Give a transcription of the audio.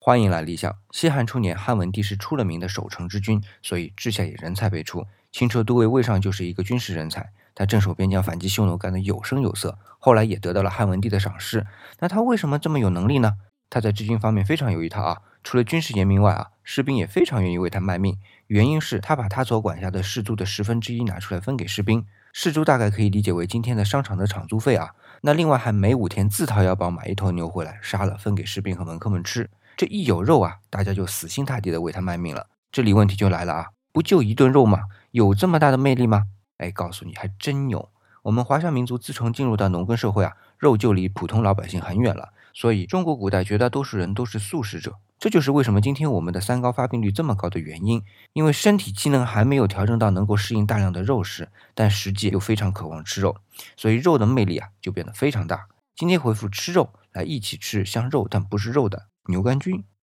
欢迎来历校。西汉初年，汉文帝是出了名的守城之君，所以治下也人才辈出。清车都尉魏尚就是一个军事人才，他镇守边疆，反击匈奴干得有声有色，后来也得到了汉文帝的赏识。那他为什么这么有能力呢？他在治军方面非常有一套啊，除了军事严明外士兵也非常愿意为他卖命。原因是他把他所管辖的士租的1/10拿出来分给士兵，士租大概可以理解为今天的商场的场租费那另外还每5天自掏腰包买一头牛回来，杀了分给士兵和门客们吃。这一有肉大家就死心塌地的为他卖命了。这里问题就来了不就一顿肉吗？有这么大的魅力吗？告诉你还真有。我们华夏民族自从进入到农耕社会肉就离普通老百姓很远了，所以中国古代绝大多数人都是素食者。这就是为什么今天我们的三高发病率这么高的原因，因为身体机能还没有调整到能够适应大量的肉食，但实际又非常渴望吃肉，所以肉的魅力就变得非常大。今天回复吃肉，来一起吃像肉但不是肉的牛肝菌。